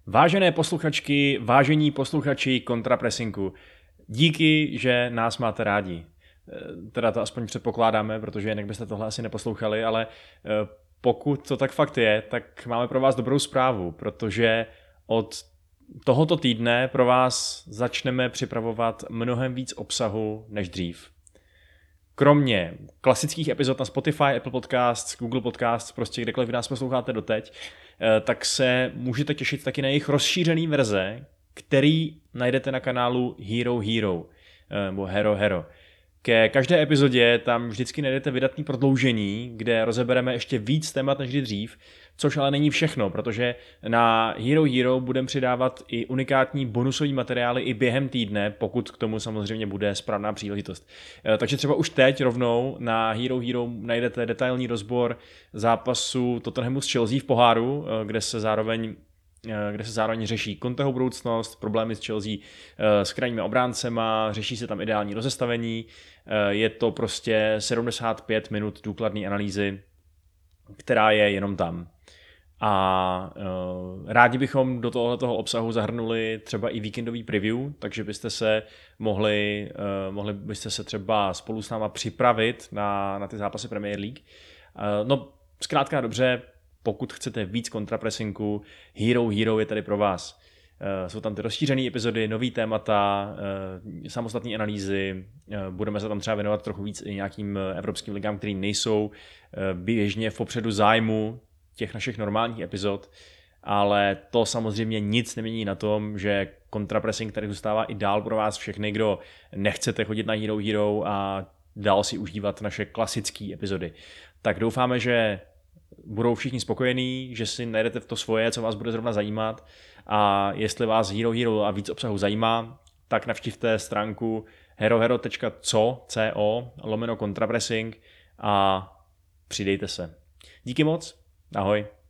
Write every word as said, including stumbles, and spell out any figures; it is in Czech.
Vážené posluchačky, vážení posluchači Kontrapresinku, díky, že nás máte rádi. Teda to aspoň předpokládáme, protože jinak byste tohle asi neposlouchali, ale pokud to tak fakt je, tak máme pro vás dobrou zprávu, protože od tohoto týdne pro vás začneme připravovat mnohem víc obsahu než dřív. Kromě klasických epizod na Spotify, Apple Podcasts, Google Podcasts, prostě kdekoliv vy nás posloucháte doteď, tak se můžete těšit taky na jejich rozšířený verze, který najdete na kanálu Hero Hero, nebo Hero Hero. Ke každé epizodě tam vždycky najdete vydatné prodloužení, kde rozebereme ještě víc témat než dřív, což ale není všechno, protože na Hero Hero budeme přidávat i unikátní bonusové materiály i během týdne, pokud k tomu samozřejmě bude správná příležitost. Takže třeba už teď rovnou na Hero Hero najdete detailní rozbor zápasu Tottenhamu s Chelsea v poháru, kde se zároveň kde se zároveň řeší Conteho budoucnost, problémy s Chelsea s krajními obráncema, řeší se tam ideální rozestavení, je to prostě sedmdesát pět minut důkladné analýzy, která je jenom tam. A uh, rádi bychom do tohoto obsahu zahrnuli třeba i víkendový preview, takže byste se mohli, uh, mohli byste se třeba spolu s náma připravit na, na ty zápasy Premier League. Uh, no, zkrátka dobře, pokud chcete víc kontrapresinku, Hero Hero je tady pro vás. Uh, jsou tam ty rozšířené epizody, nový témata, uh, samostatné analýzy, uh, budeme se tam třeba věnovat trochu víc i nějakým evropským ligám, které nejsou uh, běžně v popředu zájmu těch našich normálních epizod, ale to samozřejmě nic nemění na tom, že kontrapressing tady zůstává i dál pro vás všechny, kdo nechcete chodit na Hero Hero a dál si užívat naše klasické epizody. Tak doufáme, že budou všichni spokojení, že si najdete v to svoje, co vás bude zrovna zajímat, a jestli vás Hero Hero a víc obsahu zajímá, tak navštivte stránku herohero tečka co lomeno kontrapressing a přidejte se. Díky moc, ahoj.